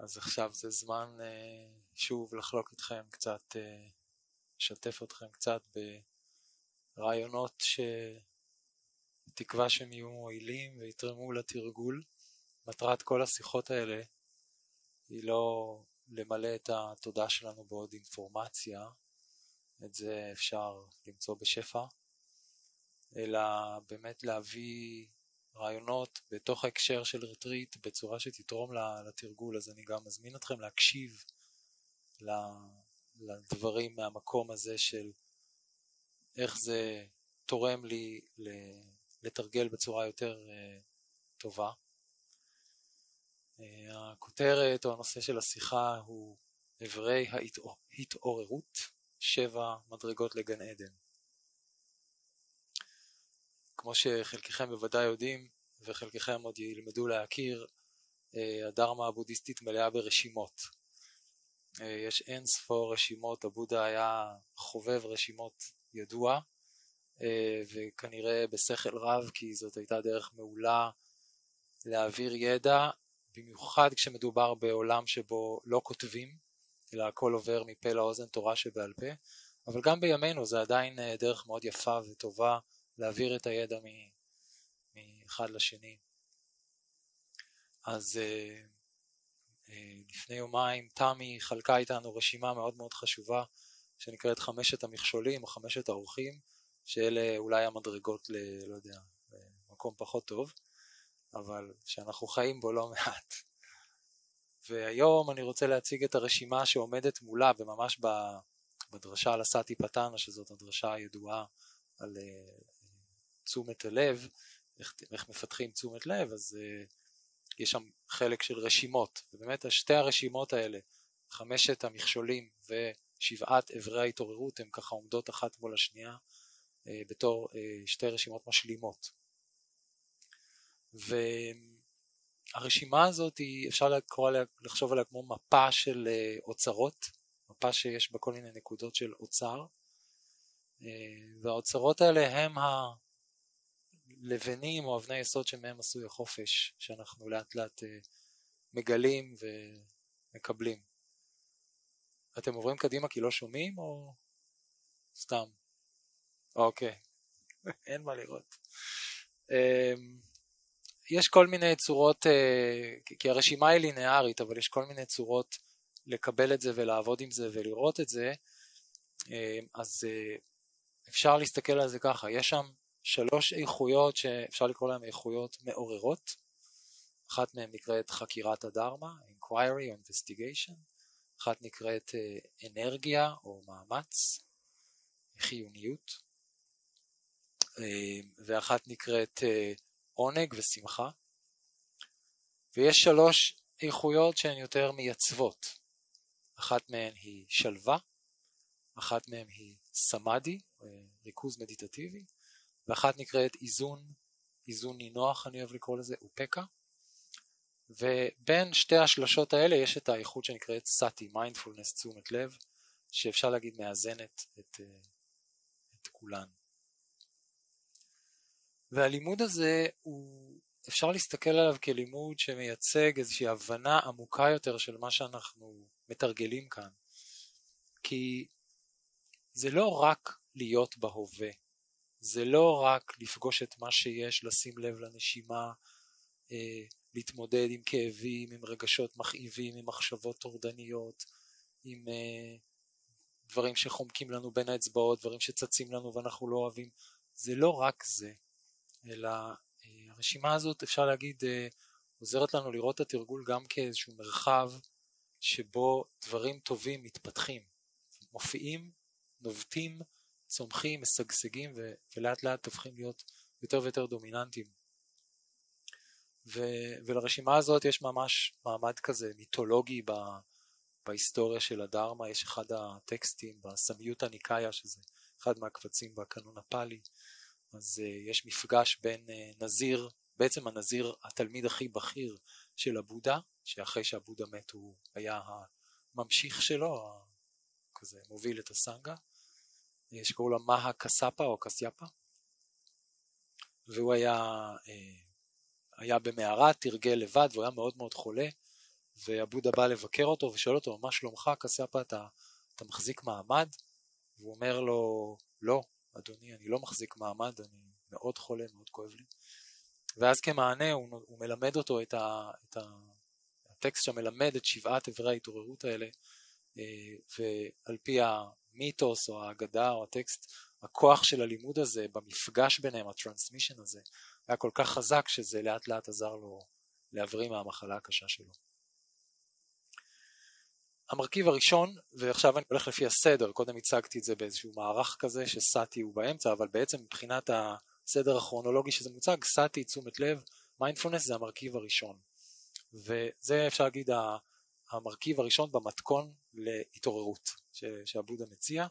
אז עכשיו זה זמן שוב לחלוק איתכם קצת, לשתף אתכם קצת ברעיונות שתקווה שהם יהיו מועילים ויתרמו לתרגול. מטרת כל השיחות האלה היא לא למלא את התודעה שלנו בעוד אינפורמציה, את זה אפשר למצוא בשפע, אלא באמת להביא רעיונות בתוך ההקשר של רטריט בצורה שתתרום לתרגול. אז אני גם מזמין אתכם להקשיב לדברים מהמקום הזה של איך זה תורם לי לתרגל בצורה יותר טובה. הכותרת או הנושא של השיחה הוא עברי ההתעוררות, 7 מדרגות לגן עדן. כמו שחלקכם בוודאי יודעים וחלקכם עוד ילמדו להכיר, הדרמה הבודהיסטית מלאה ברשימות. יש אין ספור רשימות, הבודה היה חובב רשימות ידוע, וכנראה בשכל רב, כי זאת הייתה דרך מעולה להעביר ידע, במיוחד כשמדובר בעולם שבו לא כותבים, אלא הכל עובר מפה לאוזן, תורה שבעל פה, אבל גם בימינו זה עדיין דרך מאוד יפה וטובה להעביר את הידע מאחד לשני. אז לפני יומיים תמי חלקה איתנו רשימה מאוד מאוד חשובה שנקראת 5 המכשולים או 5 האורחים, שאלה אולי המדרגות לא יודע, למקום פחות טוב, אבל שאנחנו חיים בו לא מעט. והיום אני רוצה להציג את הרשימה שעומדת מולה, וממש בדרשה על הסאטי פטאנה, שזאת הדרשה הידועה על תשומת הלב, איך מפתחים תשומת לב, אז יש שם חלק של רשימות, ובאמת שתי הרשימות האלה, 5 המכשולים ו7 עברי ההתעוררות, הן ככה עומדות אחת מול השנייה, בתור 2 רשימות משלימות. והרשימה הזאת אפשר לחשוב עליה כמו מפה של אוצרות, מפה שיש בה כל מיני נקודות של אוצר, והאוצרות האלה הם הלבנים או אבני יסוד שמהם עשוי החופש, שאנחנו לאט לאט מגלים ומקבלים. אתם עוברים קדימה כי לא שומעים או סתם? אוקיי, אין מה לראות. יש כל מיני צורות, כי הרשימה היא לינארית, אבל יש כל מיני צורות לקבל את זה ולעבוד עם זה ולראות את זה. אז אפשר להסתכל על זה ככה, יש שם 3 איכויות שאפשר לקרוא להן איכויות מעוררות. אחת מהן נקראת חקירת הדרמה, inquiry או investigation. אחת נקראת אנרגיה או מאמץ, חיוניות. ואחת נקראת עונג ושמחה. ויש 3 איכויות שהן יותר מייצבות. אחת מהן היא שלווה, אחת מהן היא סמאדי, ריכוז מדיטטיבי, ואחת נקראת איזון נינוח, אני אוהב לקרוא לזה, אופקה. ובין שתי השלשות האלה יש את האיכות שנקראת סאטי, מיינדפולנס, תשומת לב, שאפשר להגיד מאזנת את כולן. והלימוד הזה אפשר להסתכל עליו כלימוד שמייצג איזושהי הבנה עמוקה יותר של מה שאנחנו מתרגלים כאן. כי זה לא רק להיות בהווה, זה לא רק לפגוש את מה שיש, לשים לב לנשימה, להתמודד עם כאבים, עם רגשות מכאיבים, עם מחשבות טורדניות, עם דברים שחומקים לנו בין האצבעות, דברים שצצים לנו ואנחנו לא אוהבים. זה לא רק זה, אלא הרשימה הזאת אפשר להגיד עוזרת לנו לראות את התרגול גם כאיזשהו מרחב שבו דברים טובים מתפתחים, מופיעים, נובטים, צומחים, משגשגים ולאט לאט הופכים להיות יותר ויותר דומיננטיים. ולרשימה הזאת יש ממש מעמד כזה מיתולוגי בהיסטוריה של הדרמה. יש אחד הטקסטים בסמיוטה ניקאיה, שזה אחד מהקבצים בקנון הפאלי, אז יש מפגש בין נזיר, בעצם הנזיר התלמיד הכי בכיר של הבודה, שאחרי שהבודה מת הוא היה הממשיך שלו, כזה מוביל את הסנגה, שקראו לה מהה קסאפה או קסיאפה, והוא היה במערה, תרגל לבד, והוא היה מאוד מאוד חולה, ועבודה בא לבקר אותו ושואל אותו, מה שלומך קסיאפה, אתה מחזיק מעמד? והוא אומר לו, לא אדוני, אני לא מחזיק מעמד, אני מאוד חולה, מאוד כואב לי. ואז כמענה הוא מלמד אותו את הטקסט שמלמד את 7 איברי ההתעוררות האלה, ועל פי המיתוס או האגדה או הטקסט, הכוח של הלימוד הזה במפגש ביניהם, הטרנסמישן הזה, היה כל כך חזק שזה לאט לאט עזר לו להבריא מהמחלה הקשה שלו. המרכיב הראשון, ועכשיו אני הולך לפי הסדר, קודם הצגתי את זה באיזשהו מערך כזה שסאטי הוא באמצע, אבל בעצם מבחינת הסדר הכרונולוגי שזה מוצג, סאטי, תשומת לב, מיינדפולנס זה המרכיב הראשון. וזה אפשר להגיד המרכיב הראשון במתכון להתעוררות שהבודה מציע,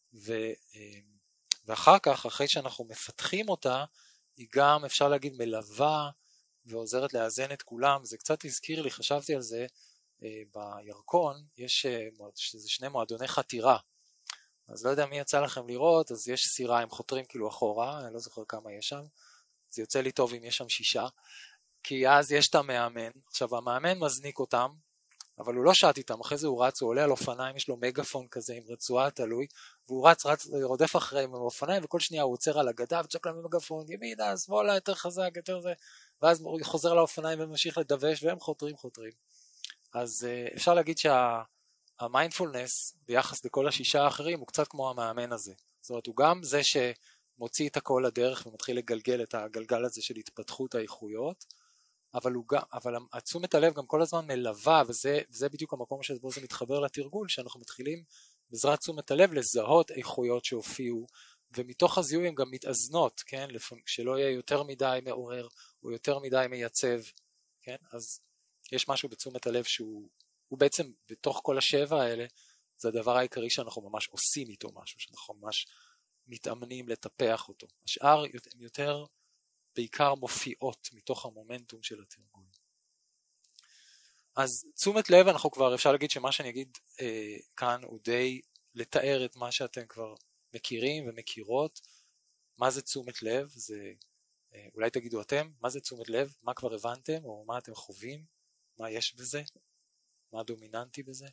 ואחר כך, אחרי שאנחנו מפתחים אותה, היא גם אפשר להגיד מלווה ועוזרת לאזן את כולם. זה קצת הזכיר לי, חשבתי על זה, בירקון יש 2 מועדוני חתירה, אז לא יודע מי יצא לכם לראות, אז יש סירה, הם חותרים כאילו אחורה, אני לא זוכר כמה יש שם, זה יוצא לי טוב אם יש שם 6, כי אז יש את המאמן, עכשיו המאמן מזניק אותם, אבל הוא לא שט איתם, אחרי זה הוא רץ, הוא עולה על אופניים, יש לו מגפון כזה עם רצועה תלוי, והוא רץ, רודף אחריהם עם אופניים, וכל שנייה הוא עוצר על הגדה, וצ'ק להם במגפון, ימינה, שמאלה, יותר חזק, יותר זה, ואז הוא חוזר לאופניים וממשיך לדווש, והם חותרים. אז אפשר להגיד שהמיינדפולנס ביחס לכל 6 האחרים הוא קצת כמו המאמן הזה. זאת אומרת, הוא גם זה שמוציא את הכל לדרך ומתחיל לגלגל את הגלגל הזה של התפתחות האיכויות, אבל תשומת הלב גם כל הזמן מלווה, וזה בדיוק המקום שבו זה מתחבר לתרגול, שאנחנו מתחילים בעזרת תשומת הלב לזהות איכויות שהופיעו, ומתוך הזיהוי הם גם מתאזנות, כן? שלא יהיה יותר מדי מעורר או יותר מדי מייצב, כן? אז יש משהו בתשומת הלב שהוא בעצם בתוך כל 7 האלה, זה הדבר העיקרי שאנחנו ממש עושים איתו משהו, שאנחנו ממש מתאמנים לטפח אותו. השאר הם יותר בעיקר מופיעות מתוך המומנטום של התרגול. אז תשומת לב, אנחנו כבר אפשר להגיד שמה שאני אגיד כאן הוא די לתאר את מה שאתם כבר מכירים ומכירות. מה זה תשומת לב? זה, אולי תגידו אתם, מה זה תשומת לב? מה כבר הבנתם או מה אתם חווים? מה יש בזה? מה דומיננטי בזה?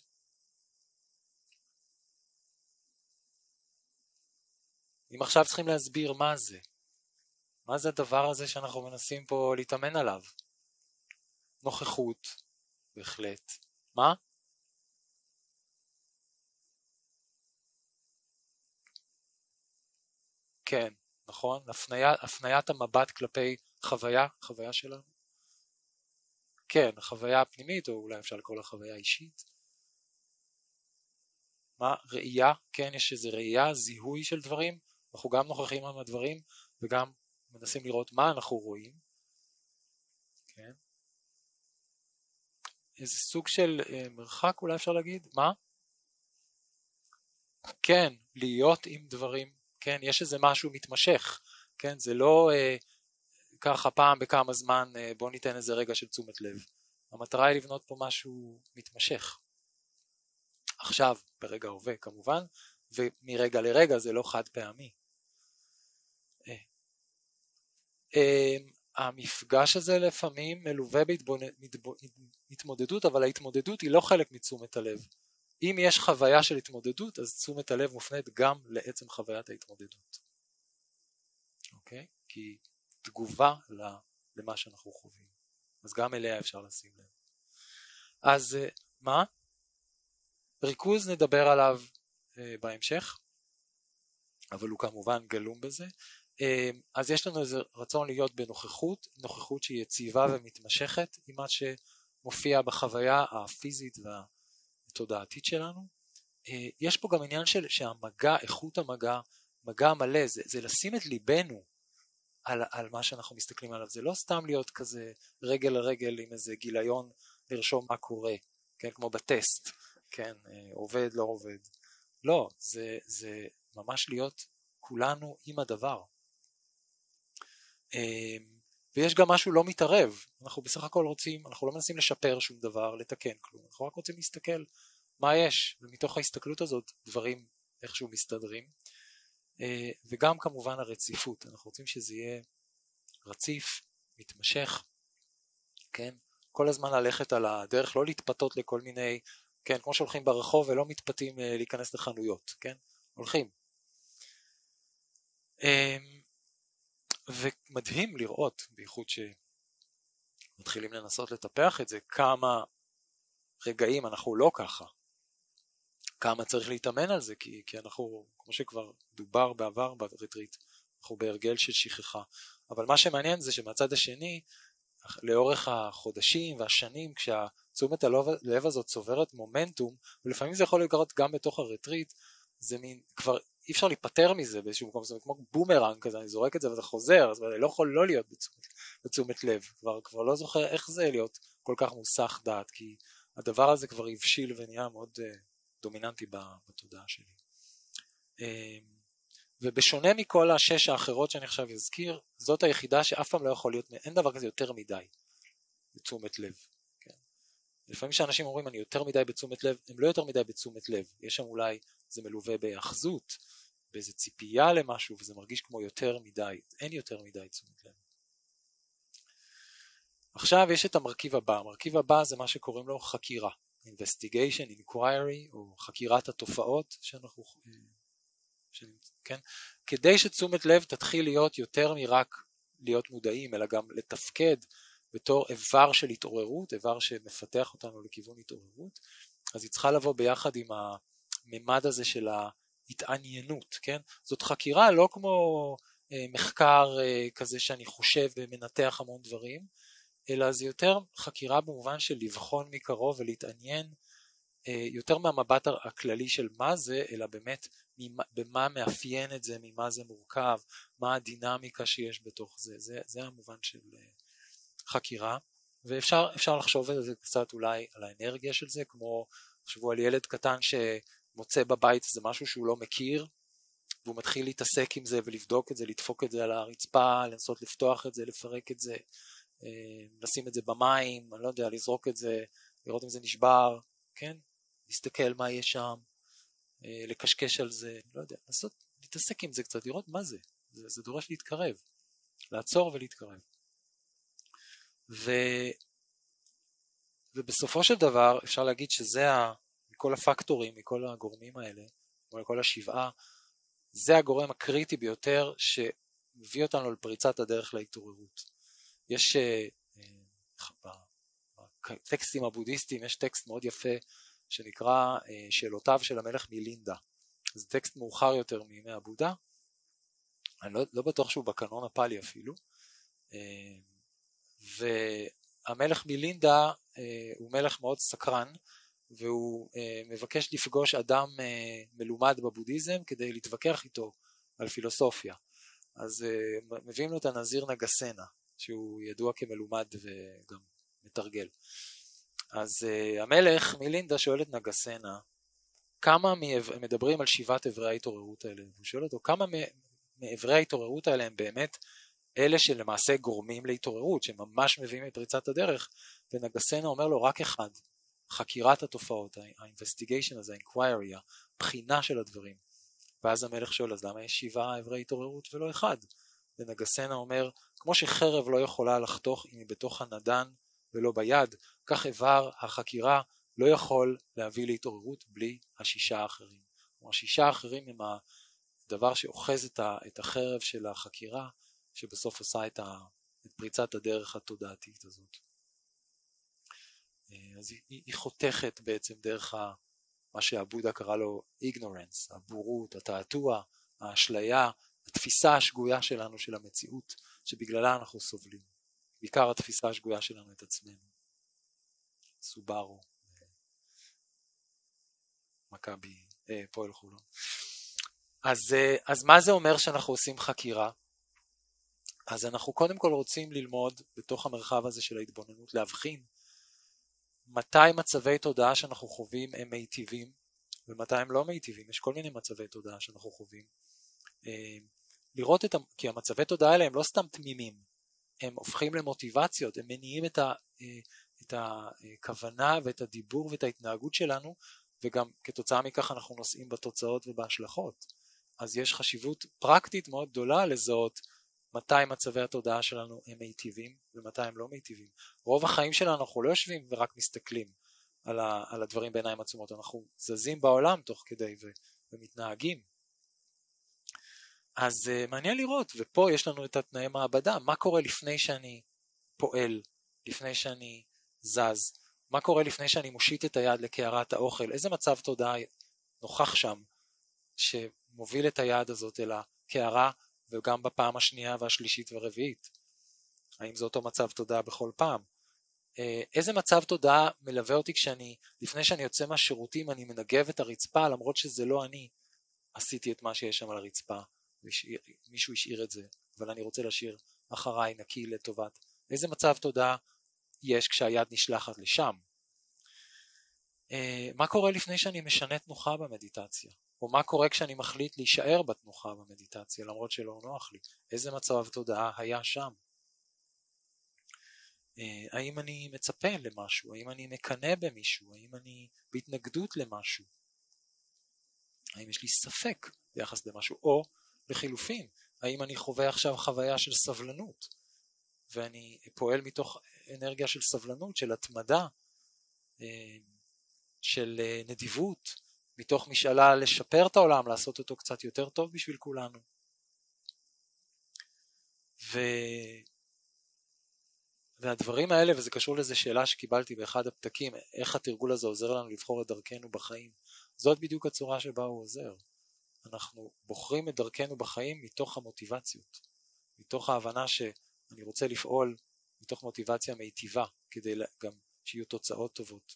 אם עכשיו צריכים להסביר מה זה, מה זה הדבר הזה שאנחנו מנסים פה להתאמן עליו? נוכחות, בהחלט. מה? כן, נכון? הפניית המבט כלפי חוויה שלנו. כן, חוויה פנימית, או אולי אפשר לקרוא לה חוויה אישית. מה? ראייה, כן, יש איזו ראייה, זיהוי של דברים, אנחנו גם נוכחים עם הדברים, וגם מנסים לראות מה אנחנו רואים. כן. איזה סוג של מרחק אולי אפשר להגיד, מה? כן, להיות עם דברים, כן, יש איזה משהו מתמשך, כן, זה לא ככה פעם בכמה זמן, בוא ניתן איזה רגע של תשומת לב. המטרה היא לבנות פה משהו מתמשך. עכשיו, ברגע הווה כמובן, ומרגע לרגע זה לא חד פעמי. המפגש הזה לפעמים מלווה בהתמודדות, אבל ההתמודדות היא לא חלק מתשומת הלב. אם יש חוויה של התמודדות, אז תשומת הלב מופנית גם לעצם חוויית ההתמודדות. אוקיי? כי תגובה למה שאנחנו חווים. אז גם אליה אפשר לשים לב. אז מה? ריכוז נדבר עליו בהמשך, אבל הוא כמובן גלום בזה. אז יש לנו איזה רצון להיות בנוכחות, נוכחות שהיא יציבה ומתמשכת עם מה שמופיע בחוויה הפיזית והתודעתית שלנו. יש פה גם עניין שהמגע, איכות המגע, מגע מלא, זה לשים את ליבנו על מה שאנחנו מסתכלים עליו. זה לא סתם להיות כזה רגל לרגל עם איזה גיליון לרשום מה קורה, כן, כמו בטסט, כן, עובד לא עובד. לא, זה ממש להיות כולנו עם הדבר. ויש גם משהו לא מתערב, אנחנו בסך הכל רוצים, אנחנו לא מנסים לשפר שום דבר, לתקן כלום, אנחנו רק רוצים להסתכל מה יש, ומתוך ההסתכלות הזאת דברים איכשהו מסתדרים. וגם כמובן הרציפות, אנחנו רוצים שזה יהיה רציף, מתמשך, כן, כל הזמן ללכת על הדרך, לא להתפתות לכל מיני, כן, כמו שהולכים ברחוב ולא מתפתים להיכנס לחנויות, כן, הולכים. ומדהים לראות, בייחוד שמתחילים לנסות לטפח את זה, כמה רגעים אנחנו לא ככה, כמה צריך להתאמן על זה, כי אנחנו, כמו שכבר דובר בעבר ברטריט, אנחנו בהרגל של שכחה. אבל מה שמעניין זה שמהצד השני, לאורך החודשים והשנים, כשהתשומת הלב הזאת צוברת מומנטום, ולפעמים זה יכול לקרות גם בתוך הרטריט, זה מין, כבר אי אפשר להיפטר מזה באיזשהו מקום, זה כמו בומרנג כזה, אני זורק את זה וזה חוזר, אז אני לא יכול לא להיות בתשומת לב, כבר לא זוכר איך זה להיות כל כך מוסך דעת, כי הדבר הזה כבר הבשיל ונהיה מאוד דומיננטי בתודעה שלי. ובשונה מכל 6 האחרות שאני עכשיו אזכיר, זאת היחידה שאף פעם לא יכול להיות, אין דבר כזה יותר מדי בתשומת לב. כן? לפעמים שאנשים אומרים אני יותר מדי בתשומת לב, הם לא יותר מדי בתשומת לב, יש שם אולי, זה מלווה באחזות, באיזה ציפייה למשהו, וזה מרגיש כמו יותר מדי, אין יותר מדי תשומת לב. עכשיו יש את המרכיב הבא, המרכיב הבא זה מה שקוראים לו חקירה, investigation, inquiry, או חקירת התופעות שאנחנו, כן? כדי שתשומת לב תתחיל להיות יותר מרק להיות מודעים, אלא גם לתפקד בתור איבר של התעוררות, איבר שמפתח אותנו לכיוון התעוררות, אז היא צריכה לבוא ביחד עם הממד הזה של ההתעניינות, כן? זאת חקירה לא כמו מחקר כזה שאני חושב ומנתח המון דברים, אלא זה יותר חקירה במובן של לבחון מקרוב ולהתעניין יותר מהמבט הכללי של מה זה, אלא באמת במה מאפיין את זה, ממה זה מורכב, מה הדינמיקה שיש בתוך זה, זה המובן של חקירה, ואפשר לחשוב על זה קצת אולי על האנרגיה של זה, כמו חשבו על ילד קטן שמוצא בבית זה משהו שהוא לא מכיר, והוא מתחיל להתעסק עם זה ולבדוק את זה, לדפוק את זה על הרצפה, לנסות לפתוח את זה, לפרק את זה, לשים את זה במים, אני לא יודע, לזרוק את זה, לראות אם זה נשבר, כן? להסתכל מה יש שם, לקשקש על זה, לא יודע, להתעסק עם זה קצת, לראות מה זה, זה דורש להתקרב, לעצור ולהתקרב. ובסופו של דבר אפשר להגיד שזה מכל הפקטורים, מכל הגורמים האלה, מכל 7, זה הגורם הקריטי ביותר שמביא אותנו לפריצת הדרך להתעוררות. יש בטקסטים הבודהיסטיים, יש טקסט מאוד יפה שנקרא שאלותיו של המלך מלינדה. זה טקסט מאוחר יותר מימי הבודה, אני לא בטוח שהוא בקנון הפאלי אפילו, והמלך מלינדה הוא מלך מאוד סקרן, והוא מבקש לפגוש אדם מלומד בבודהיזם כדי להתווכח איתו על פילוסופיה. אז מביאים לו את הנזיר נגסנה, שהוא ידוע כמלומד וגם מתרגל. אז המלך מלינדה שואל את נגסנה, כמה מדברים על 7 אברי ההתעוררות האלה? הוא שואל אותו, כמה מאברי ההתעוררות האלה הם באמת אלה שלמעשה גורמים להתעוררות, שממש מביאים את פריצת הדרך, ונגסנה אומר לו רק אחד, חקירת התופעות, ה-investigation הזה, ה-inquiry, הבחינה של הדברים. ואז המלך שואל, אז למה יש 7 אברי התעוררות ולא אחד? ונגסנה אומר, כמו שחרב לא יכולה לחתוך אם היא בתוך הנדן ולא ביד, כך איבר החקירה לא יכול להביא להתעוררות בלי 6 האחרים. כלומר, 6 האחרים הם הדבר שאוחז את החרב של החקירה, שבסוף עושה את פריצת הדרך התודעתית הזאת. אז היא חותכת בעצם דרך מה שהבודה קרא לו ignorance, הבורות, התעתוע, האשליה, התפיסה השגויה שלנו של המציאות, שבגללה אנחנו סובלים. בעיקר התפיסה השגויה שלנו את עצמנו. סובארו, מכבי, פועל חולון. אז מה זה אומר שאנחנו עושים חקירה? אז אנחנו קודם כל רוצים ללמוד בתוך המרחב הזה של ההתבוננות, להבחין מתי מצבי תודעה שאנחנו חווים הם מיטיבים, ומתי הם לא מיטיבים. יש כל מיני מצבי תודעה שאנחנו חווים. לראות כי המצבי תודעה האלה הם לא סתם תמימים, הם הופכים למוטיבציות, הם מניעים את הכוונה ואת הדיבור ואת ההתנהגות שלנו, וגם כתוצאה מכך אנחנו נושאים בתוצאות ובהשלכות. אז יש חשיבות פרקטית מאוד גדולה לזהות מתי מצבי התודעה שלנו הם מיטיבים ומתי הם לא מיטיבים. רוב החיים שלנו אנחנו לא יושבים ורק מסתכלים על הדברים בעיניים עצומות, אנחנו זזים בעולם תוך כדי ומתנהגים. אז מעניין לראות, ופה יש לנו את התנאי מעבדה, מה קורה לפני שאני פועל, לפני שאני זז, מה קורה לפני שאני מושיט את היד לקערת האוכל, איזה מצב תודעה נוכח שם, שמוביל את היד הזאת אל הקערה, וגם בפעם השנייה והשלישית והרביעית. האם זה אותו מצב תודעה בכל פעם? איזה מצב תודעה מלווה אותי לפני שאני יוצא מהשירותים, אני מנגב את הרצפה, למרות שזה לא אני עשיתי את מה שיש שם על הרצפה, מישהו השאיר את זה, אבל אני רוצה להשאיר אחריי נקי לטובת. איזה מצב תודעה יש כשהיד נשלחת לשם? מה קורה לפני שאני משנה תנוחה במדיטציה? או מה קורה כשאני מחליט להישאר בתנוחה במדיטציה, למרות שלא נוח לי? איזה מצב תודעה היה שם? האם אני מצפה למשהו? האם אני מקנא במישהו? האם אני בהתנגדות למשהו? האם יש לי ספק ביחס למשהו? או לחילופין, האם אני חווה עכשיו חוויה של סבלנות, ואני פועל מתוך אנרגיה של סבלנות, של התמדה, של נדיבות, מתוך משאלה לשפר את העולם, לעשות אותו קצת יותר טוב בשביל כולנו. והדברים האלה, וזה קשור לזה שאלה שקיבלתי באחד הפתקים, איך התרגול הזה עוזר לנו לבחור את דרכנו בחיים. זאת בדיוק הצורה שבה הוא עוזר. אנחנו בוחרים את דרכנו בחיים מתוך המוטיבציות, מתוך ההבנה שאני רוצה לפעול מתוך מוטיבציה מיטיבה, כדי גם שיהיו תוצאות טובות.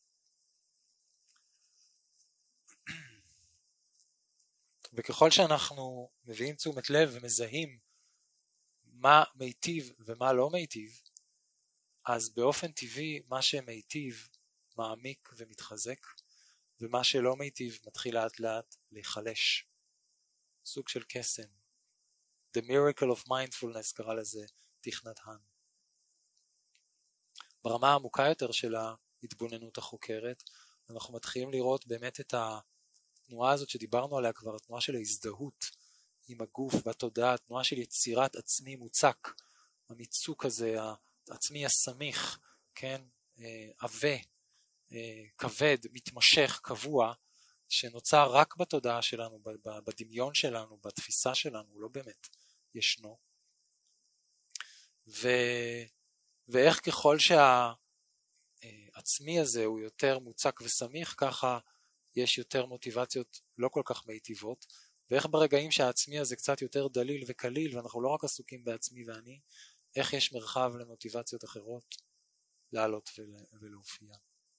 וככל שאנחנו מביאים תשומת לב ומזהים מה מיטיב ומה לא מיטיב, אז באופן טבעי מה שמיטיב מעמיק ומתחזק, ומה שלא מיטיב מתחיל לאט לאט להיחלש. סוג של קסם. The miracle of mindfulness קרא לזה תיך נת האן. ברמה העמוקה יותר של ההתבוננות החוקרת, אנחנו מתחילים לראות באמת את התנועה הזאת שדיברנו עליה כבר, התנועה של ההזדהות עם הגוף והתודעה, התנועה של יצירת עצמי מוצק, המיצוק הזה, העצמי הסמיך, כן, עבה, כבד, מתמשך, קבוע, שנוצר רק בתודעה שלנו, בדמיון שלנו, בתפיסה שלנו, הוא לא באמת ישנו. ואיך ככל שהעצמי הזה הוא יותר מוצק וסמיך, ככה יש יותר מוטיבציות לא כל כך מיטיבות, ואיך ברגעים שהעצמי הזה קצת יותר דליל וקליל, ואנחנו לא רק עסוקים בעצמי ואני, איך יש מרחב למוטיבציות אחרות לעלות ולהופיע.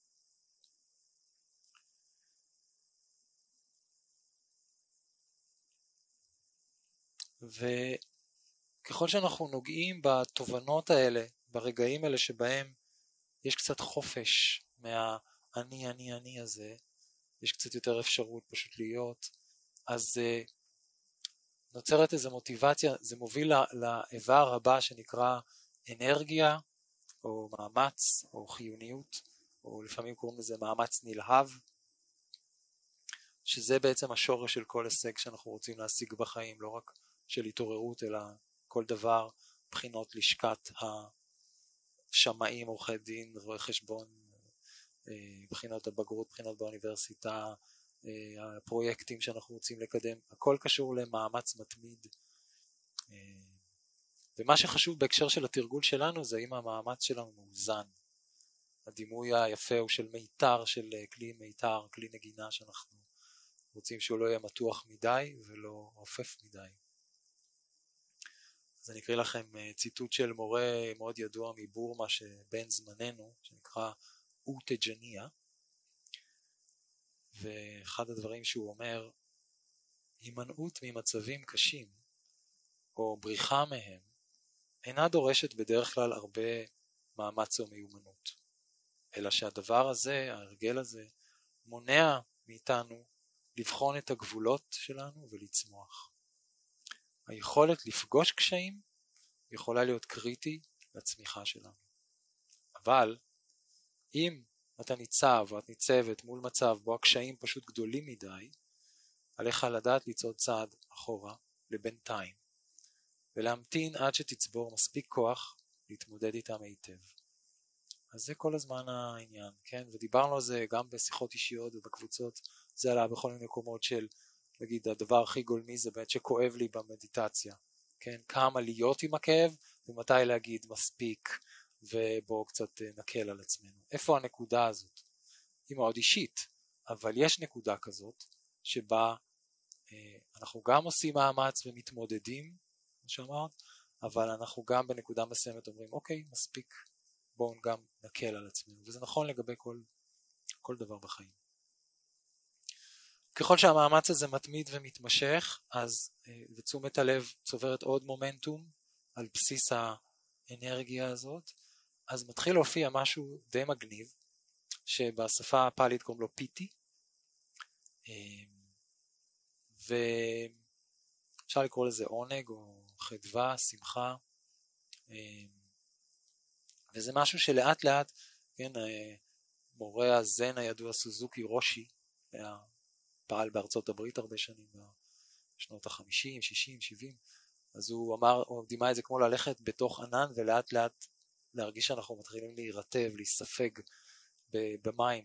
וככל שאנחנו נוגעים בתובנות האלה, ברגעים האלה שבהם יש קצת חופש מהאני הזה, יש קצת יותר אפשרות פשוט להיות, אז נוצרת איזו מוטיבציה, זה מוביל לאיבר הבא שנקרא אנרגיה, או מאמץ, או חיוניות, או לפעמים קוראים לזה מאמץ נלהב, שזה בעצם השורש של כל הישג שאנחנו רוצים להשיג בחיים, לא רק של התעוררות, אלא כל דבר, בחינות לשכת השמאים, עורכי דין, רואי חשבון, בחינות הבגרות, בחינות באוניברסיטה, הפרויקטים שאנחנו רוצים לקדם, הכל קשור למאמץ מתמיד. ומה שחשוב בהקשר של התרגול שלנו זה אם המאמץ שלנו מאוזן. הדימוי היפה הוא של מיתר, של כלי מיתר, כלי נגינה שאנחנו רוצים שהוא לא יהיה מתוח מדי ולא רופף מדי. אז אני אקריא לכם ציטוט של מורה מאוד ידוע מבורמה שבין זמננו, שנקרא אוטג'ניה, ואחד הדברים שהוא אומר, הימנעות ממצבים קשים או בריחה מהם אינה דורשת בדרך כלל הרבה מאמץ או מיומנות, אלא שהדבר הזה, ההרגל הזה, מונע מאיתנו לבחון את הגבולות שלנו ולצמוח. היכולת לפגוש קשיים יכולה להיות קריטי לצמיחה שלנו. אבל אם אתה ניצב או את ניצבת מול מצב בו הקשיים פשוט גדולים מדי, עליך לדעת לצעוד צעד אחורה לבינתיים, ולהמתין עד שתצבור מספיק כוח להתמודד איתם היטב. אז זה כל הזמן העניין, כן? ודיברנו על זה גם בשיחות אישיות ובקבוצות, זה עלה בכל מיני מקומות של, נגיד, הדבר הכי גולמי זה באמת שכואב לי במדיטציה, כן? כמה להיות עם הכאב ומתי להגיד מספיק ובואו קצת נקל על עצמנו. איפה הנקודה הזאת? היא מאוד אישית, אבל יש נקודה כזאת שבה אנחנו גם עושים מאמץ ומתמודדים, כמו שאמרת, אבל אנחנו גם בנקודה מסוימת אומרים, אוקיי, מספיק, בואו גם נקל על עצמנו, וזה נכון לגבי כל דבר בחיים. ככל שהמאמץ הזה מתמיד ומתמשך, אז ותשומת הלב צוברת עוד מומנטום על בסיס האנרגיה הזאת, אז מתחיל להופיע משהו די מגניב, שבשפה הפאלית קוראים לו פיטי, ואפשר לקרוא לזה עונג או חדווה, שמחה, וזה משהו שלאט לאט, כן, מורה הזן הידוע סוזוקי רושי, היה פעל בארצות הברית הרבה שנים, בשנות ה-50, 60, 70, אז הוא דימה את זה כמו ללכת בתוך ענן ולאט לאט להרגיש שאנחנו מתחילים להירטב, להיספג במים.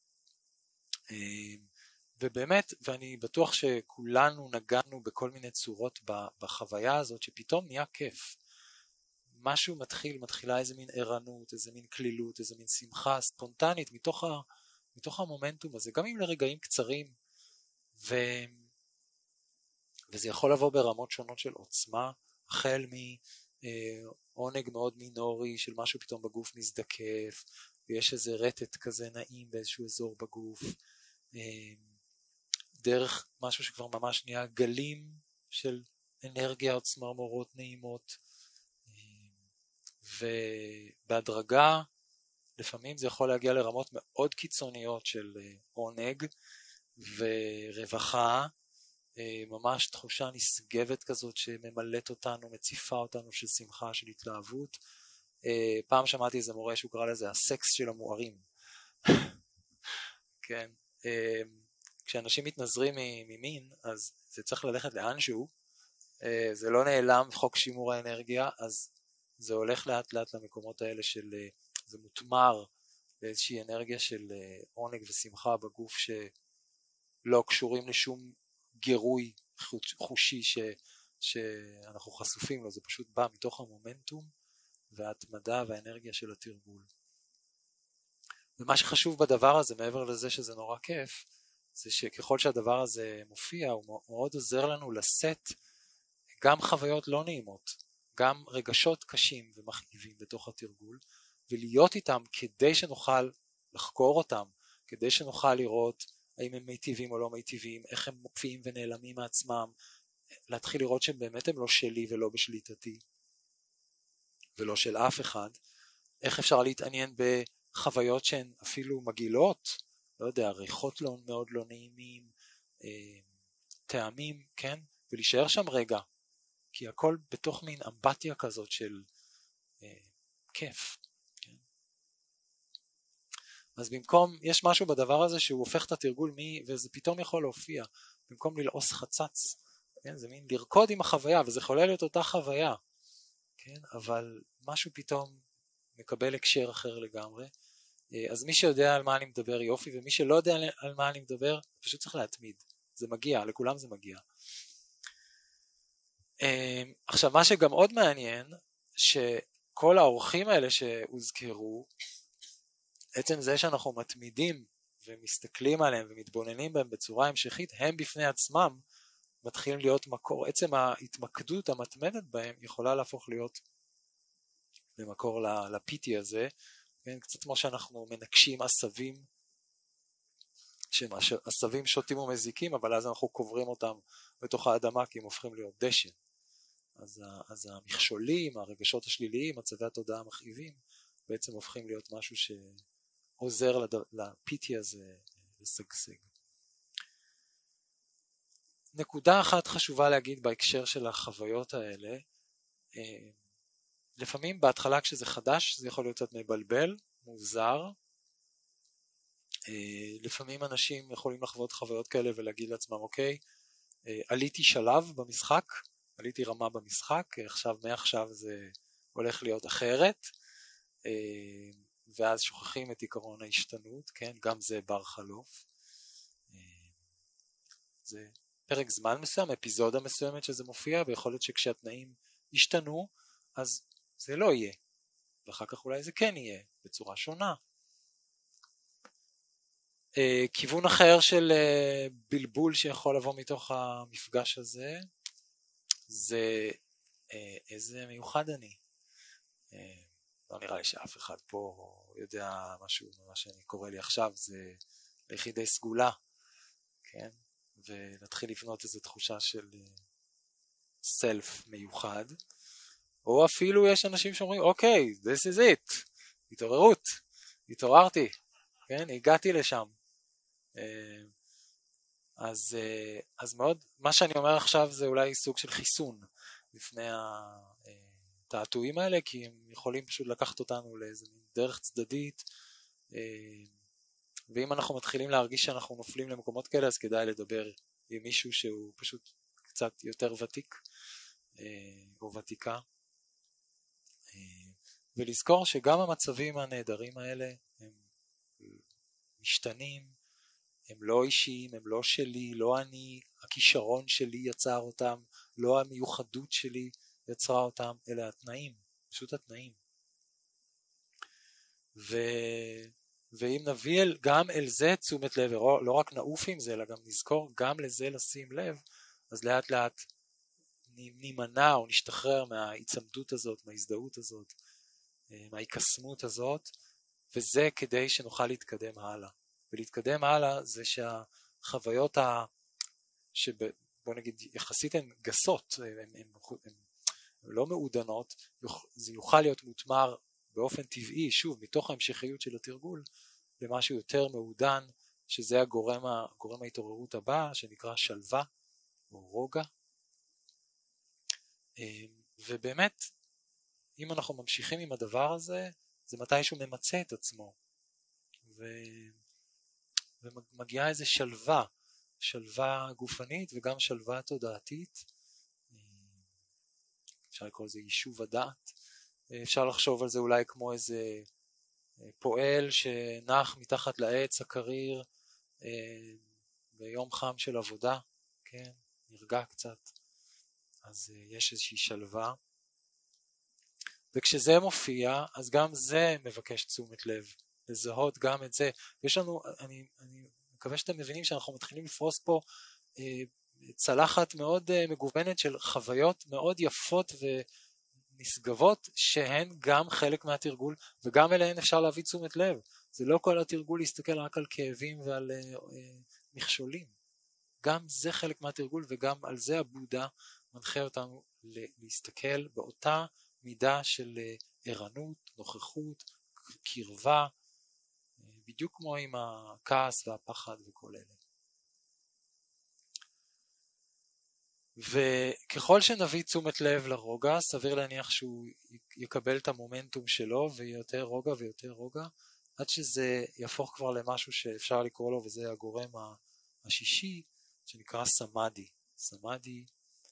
ובאמת, ואני בטוח שכולנו נגענו בכל מיני צורות בחוויה הזאת, שפתאום נהיה כיף. משהו מתחילה איזה מין ערנות, איזה מין כלילות, איזה מין שמחה ספונטנית מתוך המומנטום הזה, גם אם לרגעים קצרים, וזה יכול לבוא ברמות שונות של עוצמה, החל מעונג מאוד מינורי של משהו פתאום בגוף מזדקף, ויש איזה רטט כזה נעים באיזשהו אזור בגוף, דרך משהו שכבר ממש נהיה גלים של אנרגיה או צמרמורות נעימות, ובהדרגה לפעמים זה יכול להגיע לרמות מאוד קיצוניות של עונג ורווחה, ממש תחושה נשגבת כזאת שממלאת אותנו, מציפה אותנו, של שמחה, של התלהבות. פעם שמעתי איזה מורה שהוא קרא לזה הסקס של המוארים. כן, כשאנשים מתנזרים ממין, אז זה צריך ללכת לאנשהו, זה לא נעלם חוק שימור האנרגיה, אז זה הולך לאט לאט למקומות האלה של, זה מותמר באיזושהי אנרגיה של עונג ושמחה בגוף שלא קשורים לשום גירוי חושי שאנחנו חשופים לו, זה פשוט בא מתוך המומנטום וההתמדה והאנרגיה של התרגול. ומה שחשוב בדבר הזה, מעבר לזה שזה נורא כיף, זה שככל שהדבר הזה מופיע, הוא מאוד עוזר לנו לשאת גם חוויות לא נעימות, גם רגשות קשים ומכאיבים בתוך התרגול, ולהיות איתם כדי שנוכל לחקור אותם, כדי שנוכל לראות האם הם מיטיבים או לא מיטיבים, איך הם מופיעים ונעלמים מעצמם, להתחיל לראות שהם באמת הם לא שלי ולא בשליטתי, ולא של אף אחד, איך אפשר להתעניין בחוויות שהן אפילו מגעילות, לא יודע, ריחות מאוד לא נעימים, טעמים, כן? ולהישאר שם רגע, כי הכל בתוך מין אמפתיה כזאת של כיף. כן? אז במקום, יש משהו בדבר הזה שהוא הופך את התרגול וזה פתאום יכול להופיע, במקום ללעוס חצץ, כן? זה מין לרקוד עם החוויה, וזה יכול להיות אותה חוויה, כן? אבל משהו פתאום מקבל הקשר אחר לגמרי. אז מי שיודע על מה אני מדבר יופי, ומי שלא יודע על מה אני מדבר, פשוט צריך להתמיד. זה מגיע, לכולם זה מגיע. עכשיו, מה שגם עוד מעניין, שכל האורחים האלה שהוזכרו, עצם זה שאנחנו מתמידים ומסתכלים עליהם ומתבוננים בהם בצורה המשכית, הם בפני עצמם מתחילים להיות מקור, עצם ההתמקדות המתמדת בהם יכולה להפוך להיות במקור לפיטי הזה, קצת כמו שאנחנו מנקשים עשבים, שעשבים שוטים ומזיקים, אבל אז אנחנו קוברים אותם בתוך האדמה כי הם הופכים להיות דשן. אז המכשולים, הרגשות השליליים, מצבי התודעה המכאיבים, בעצם הופכים להיות משהו שעוזר לפיטי הזה לשגשג. נקודה אחת חשובה להגיד בהקשר של החוויות האלה, לפעמים בהתחלה כשזה חדש זה יכול להיות קצת מבלבל, מוזר, לפעמים אנשים יכולים לחוות חוויות כאלה ולהגיד לעצמם, אוקיי, עליתי שלב במשחק, עליתי רמה במשחק, מעכשיו זה הולך להיות אחרת, ואז שוכחים את עיקרון ההשתנות, כן? גם זה בר חלוף. זה פרק זמן מסוים, אפיזודה מסוימת שזה מופיע, ויכול להיות שכשהתנאים ישתנו, אז זה לא יהיה, ואחר כך אולי זה כן יהיה, בצורה שונה. כיוון אחר של בלבול שיכול לבוא מתוך המפגש הזה, זה איזה מיוחד אני. לא נראה לי שאף אחד פה יודע משהו ממה שאני קורא לי עכשיו, זה ליחידי סגולה, כן? ונתחיל לבנות איזו תחושה של סלף מיוחד, או אפילו יש אנשים שאומרים, אוקיי, this is it, התעוררות, התעוררתי, כן? הגעתי לשם. אז מאוד, מה שאני אומר עכשיו זה אולי סוג של חיסון לפני התעתועים האלה, כי הם יכולים פשוט לקחת אותנו לאיזו דרך צדדית, ואם אנחנו מתחילים להרגיש שאנחנו נופלים למקומות כאלה, אז כדאי לדבר עם מישהו שהוא פשוט קצת יותר ותיק או ותיקה, ולזכור שגם המצבים הנהדרים האלה הם משתנים, הם לא אישיים, הם לא שלי, לא אני, הכישרון שלי יצר אותם, לא המיוחדות שלי יצרה אותם, אלא התנאים, פשוט התנאים. ואם נביא גם אל זה תשומת לב, לא רק נעוף עם זה, אלא גם נזכור גם לזה לשים לב, אז לאט לאט נימנע או נשתחרר מההיצמדות הזאת, מההזדהות הזאת, מההיקסמות הזאת, וזה כדי שנוכל להתקדם הלאה. ולהתקדם הלאה זה שהחוויות שבוא נגיד יחסית הן גסות, הן לא מעודנות, זה יוכל להיות מותמר באופן טבעי, שוב, מתוך ההמשכיות של התרגול, למשהו יותר מעודן, שזה הגורם ההתעוררות הבא, שנקרא שלווה או רוגע. ובאמת, אם אנחנו ממשיכים עם הדבר הזה, זה מתישהו ממצא את עצמו. ומגיעה איזו שלווה גופנית וגם שלווה תודעתית. אפשר לקרוא לזה יישוב הדעת. אפשר לחשוב על זה אולי כמו איזה פועל שנח מתחת לעץ הקריר ביום חם של עבודה, כן? נרגע קצת. אז יש איזושהי שלווה. וכשזה מופיע, אז גם זה מבקש תשומת לב. לזהות גם את זה. יש לנו, אני מקווה שאתם מבינים שאנחנו מתחילים לפרוס פה צלחת מאוד מגוונת של חוויות מאוד יפות ונשגבות, שהן גם חלק מהתרגול, וגם אליהן אפשר להביא תשומת לב. זה לא כל התרגול להסתכל רק על כאבים ועל מכשולים. גם זה חלק מהתרגול, וגם על זה הבודה מנחה אותנו להסתכל באותה מידה של ערנות, נוכחות, קרבה, בדיוק כמו עם הכעס והפחד וכל אלה. וככל שנביא תשומת לב לרוגע, סביר להניח שהוא יקבל את המומנטום שלו, ויהיה יותר רוגע ויותר רוגע, עד שזה יהפוך כבר למשהו שאפשר לקרוא לו, וזה הגורם השישי, שנקרא סמאדי. סמאדי,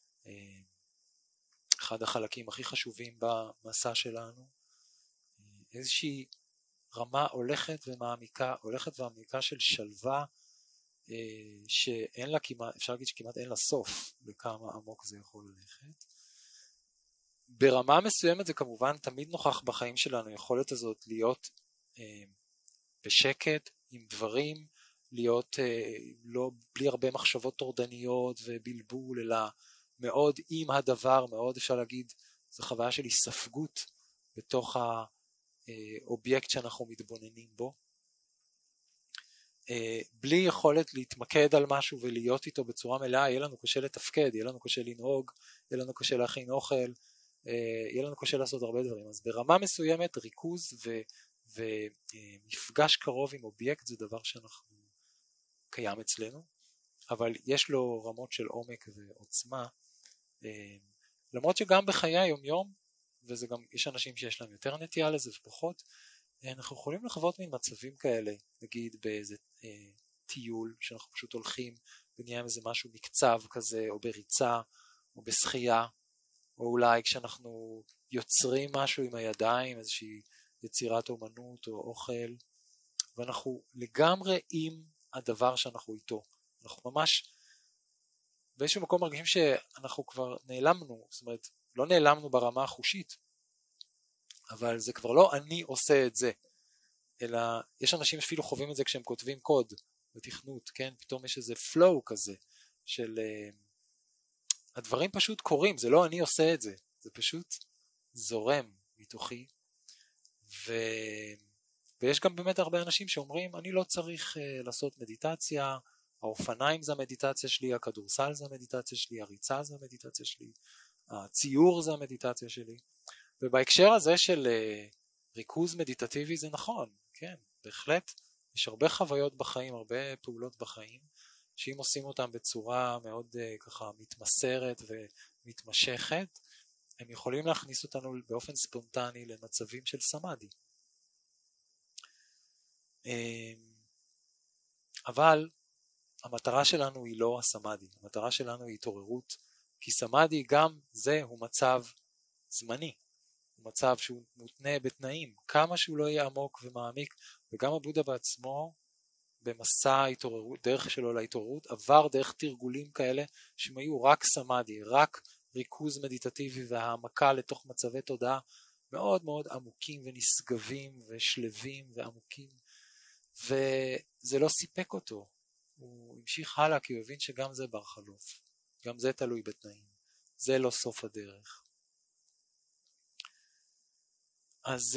אחד החלקים הכי חשובים במסע שלנו, איזושהי רמה הולכת ומעמיקה של שלווה, שאין לה כמעט, אפשר להגיד שכמעט אין לה סוף לכמה עמוק זה יכול ללכת. ברמה מסוימת זה כמובן תמיד נוכח בחיים שלנו, יכולת הזאת להיות בשקט עם דברים, להיות לא בלי הרבה מחשבות טורדניות ובלבול, אלא מאוד עם הדבר, מאוד אפשר להגיד, זו חוויה של הספגות בתוך האובייקט שאנחנו מתבוננים בו. בלי יכולת להתמקד על משהו ולהיות איתו בצורה מלאה, יהיה לנו קשה לתפקד, יהיה לנו קשה לנהוג, יהיה לנו קשה להכין אוכל, יהיה לנו קשה לעשות הרבה דברים. אז ברמה מסוימת ריכוז ומפגש קרוב עם אובייקט זה דבר שאנחנו קיים אצלנו, אבל יש לו רמות של עומק ועוצמה, למרות שגם בחיי היום-יום, וזה גם, יש אנשים שיש להם יותר נטייה לזה ופחות, אנחנו יכולים לחוות מין מצבים כאלה, נגיד באיזה טיול שאנחנו פשוט הולכים ונהיה איזה משהו מקצב כזה, או בריצה, או בשחייה, או אולי כשאנחנו יוצרים משהו עם הידיים, איזושהי יצירת אומנות או אוכל, ואנחנו לגמרי עם הדבר שאנחנו איתו. אנחנו ממש באיזשהו מקום מרגישים שאנחנו כבר נעלמנו, זאת אומרת, לא נעלמנו ברמה החושית, אבל זה כבר לא אני עושה את זה, אלא יש אנשים אפילו חווים את זה כשהם כותבים קוד בתכנות, כן? פתאום יש איזה flow כזה של הדברים פשוט קורים, זה לא אני עושה את זה, זה פשוט זורם מתוכי, ויש גם באמת הרבה אנשים שאומרים אני לא צריך לעשות מדיטציה, האופניים זה המדיטציה שלי, הכדורסל זה המדיטציה שלי, הריצה זה המדיטציה שלי, הציור זה המדיטציה שלי, ובהקשר הזה של ריכוז מדיטטיבי זה נכון, כן, בהחלט יש הרבה חוויות בחיים, הרבה פעולות בחיים, שאם עושים אותם בצורה מאוד ככה מתמסרת ומתמשכת, הם יכולים להכניס אותנו באופן ספונטני למצבים של סמאדי. אבל המטרה שלנו היא לא הסמאדי, המטרה שלנו היא התעוררות, כי סמאדי גם זה הוא מצב זמני, הוא מצב שהוא מותנה בתנאים, כמה שהוא לא יהיה עמוק ומעמיק, וגם הבודה בעצמו במסע ההתעוררות, דרך שלו להתעוררות, עבר דרך תרגולים כאלה שהם היו רק סמאדי, רק ריכוז מדיטטיבי והעמקה לתוך מצבי תודעה מאוד מאוד עמוקים ונשגבים ושלבים ועמוקים, וזה לא סיפק אותו, הוא המשיך הלאה כי הוא הבין שגם זה בר חלוף, גם זה תלוי בתנאים, זה לא סוף הדרך. אז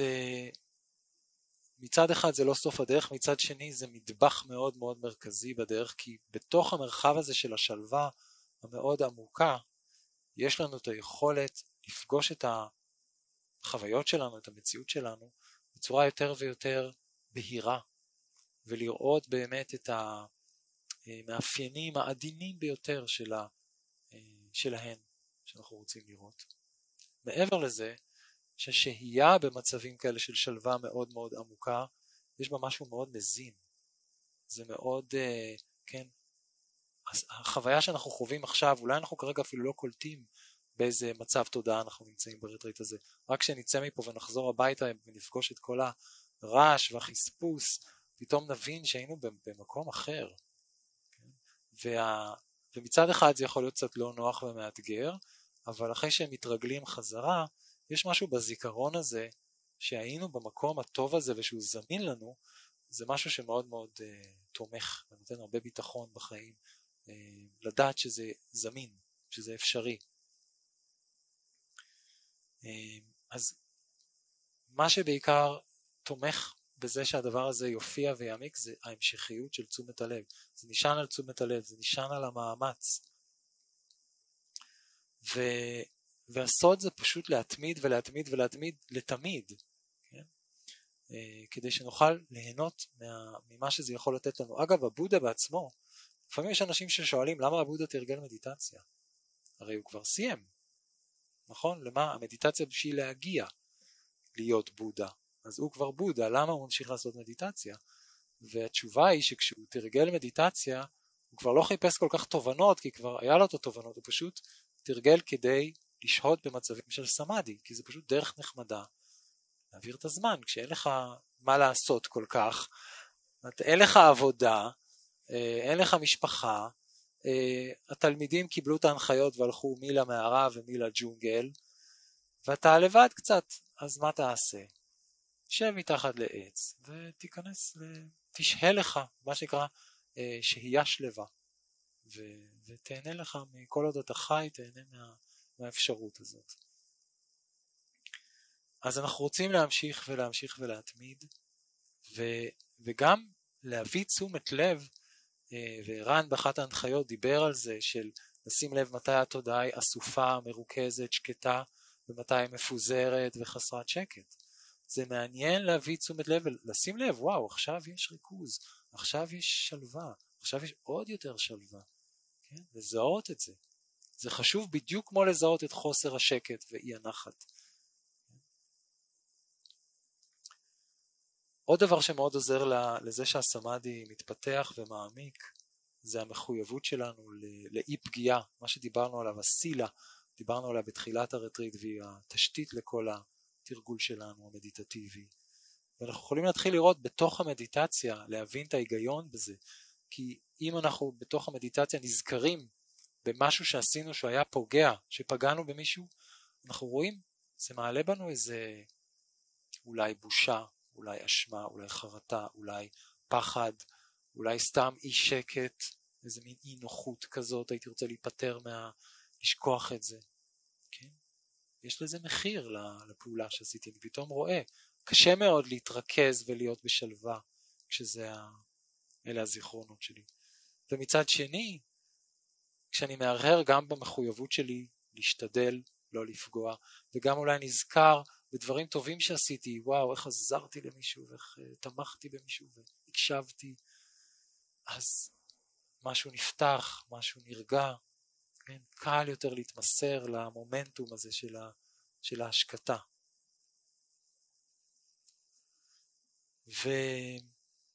מצד אחד זה לא סוף הדרך, מצד שני זה מטבח מאוד מאוד מרכזי בדרך, כי בתוך המרחב הזה של השלווה המאוד עמוקה, יש לנו את היכולת לפגוש את החוויות שלנו, את המציאות שלנו, בצורה יותר ויותר בהירה, ולראות באמת את המאפיינים העדינים ביותר שלהן, שאנחנו רוצים לראות. מעבר לזה, ששהייה במצבים כאלה של שלווה מאוד מאוד עמוקה, יש בה משהו מאוד מזין. זה מאוד, כן, החוויה שאנחנו חווים עכשיו, אולי אנחנו כרגע אפילו לא קולטים באיזה מצב תודעה אנחנו נמצאים ברטריט הזה. רק כשנצא מפה ונחזור הביתה ונפגוש את כל הרעש והחספוס, פתאום נבין שהיינו במקום אחר. ומצד אחד זה יכול להיות קצת לא נוח ומאתגר, אבל אחרי שהם מתרגלים חזרה, יש משהו בזיכרון הזה, שהיינו במקום הטוב הזה ושהוא זמין לנו, זה משהו שמאוד מאוד תומך ונותן הרבה ביטחון בחיים, לדעת שזה זמין, שזה אפשרי. אז מה שבעיקר תומך בזה שהדבר הזה יופיע ויעמיק, זה ההמשכיות של תשומת הלב. זה נשען על תשומת הלב, זה נשען על המאמץ. והסוד זה פשוט להתמיד ולהתמיד ולהתמיד לתמיד, כן? כדי שנוכל ליהנות ממה שזה יכול לתת לנו. אגב, הבודה בעצמו, לפעמים יש אנשים ששואלים למה הבודה תרגל מדיטציה? הרי הוא כבר סיים, נכון? למה? המדיטציה בשביל להגיע להיות בודה, אז הוא כבר בודה, למה הוא ממשיך לעשות מדיטציה? והתשובה היא שכשהוא תרגל מדיטציה, הוא כבר לא חיפש כל כך תובנות, כי כבר היה לו את התובנות, הוא פשוט תרגל כדי לשהות במצבים של סמאדי, כי זה פשוט דרך נחמדה להעביר את הזמן, כשאין לך מה לעשות כל כך, אין לך עבודה, אין לך משפחה, התלמידים קיבלו את ההנחיות והלכו מי למערה ומי לג'ונגל, ואתה לבד קצת, אז מה תעשה? שב מתחת לעץ ותיכנס, תשהה לך, מה שנקרא שהייה שלווה, ותהנה לך מכל עוד אתה חי, תהנה מהאפשרות הזאת. אז אנחנו רוצים להמשיך ולהמשיך ולהתמיד, וגם להביא תשומת לב, וערן באחת ההנחיות דיבר על זה, של לשים לב מתי התודעה היא אסופה, מרוכזת, שקטה, ומתי היא מפוזרת וחסרת שקט. זה מעניין להביא תשומת לב ולשים לב, וואו, עכשיו יש ריכוז, עכשיו יש שלווה, עכשיו יש עוד יותר שלווה. כן? לזהות את זה. זה חשוב בדיוק כמו לזהות את חוסר השקט ואי הנחת. עוד דבר שמאוד עוזר לזה שהסמאדי מתפתח ומעמיק, זה המחויבות שלנו לאי פגיעה, מה שדיברנו עליו, הסילה, דיברנו עליו בתחילת הרטריט, והיא התשתית לכל התרגול שלנו המדיטטיבי. ואנחנו יכולים להתחיל לראות בתוך המדיטציה, להבין את ההיגיון בזה, כי אם אנחנו בתוך המדיטציה נזכרים במשהו שעשינו שהיה פוגע, שפגענו במישהו, אנחנו רואים, זה מעלה בנו איזה אולי בושה, אולי אשמה, אולי חרטה, אולי פחד, אולי סתם אי שקט, איזה מין אי נוחות כזאת, הייתי רוצה להיפטר לשכוח את זה. כן? יש לזה מחיר לפעולה שעשיתי, אני פתאום רואה, קשה מאוד להתרכז ולהיות בשלווה, אלה הזיכרונות שלי. ומצד שני, כשאני מהרהר גם במחויבות שלי להשתדל, לא לפגוע, וגם אולי נזכר בדברים טובים שעשיתי, וואו, איך עזרתי למישהו, ואיך תמכתי במישהו, והקשבתי, אז משהו נפתח, משהו נרגע, כן? קל יותר להתמסר למומנטום הזה של ההשקטה. ועל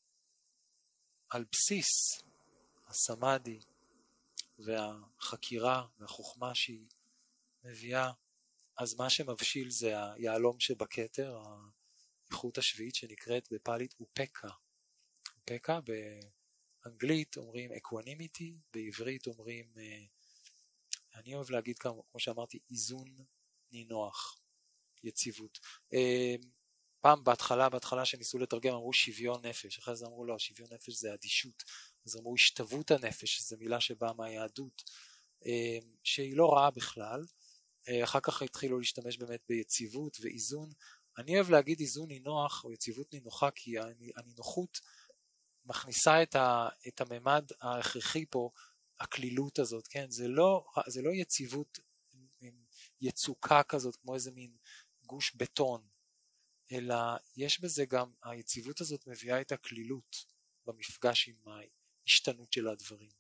בסיס הסמאדי והחקירה והחוכמה שהיא מביאה, אז מה שמבשיל זה היעלום שבכתר, האיכות השביעית שנקראת בפאלית אופקה. אופקה באנגלית אומרים אקואנימיטי, בעברית אומרים, אני אוהב להגיד כמו שאמרתי, איזון נינוח, יציבות. פעם בהתחלה שניסו לתרגם אמרו שוויון נפש, אחרי זה אמרו לא, שוויון נפש זה אדישות, אז אמרו השתוות הנפש, זו מילה שבאה מהיהדות, שהיא לא רעה בכלל, אחר כך התחילו להשתמש באמת ביציבות ואיזון. אני אוהב להגיד איזון נינוח או יציבות נינוחה, כי הנינוחות מכניסה את הממד ההכרחי פה, הכלילות הזאת, כן? זה לא יציבות עם יצוקה כזאת, כמו איזה מין גוש בטון, אלא יש בזה גם, היציבות הזאת מביאה את הכלילות במפגש עם ההשתנות של הדברים.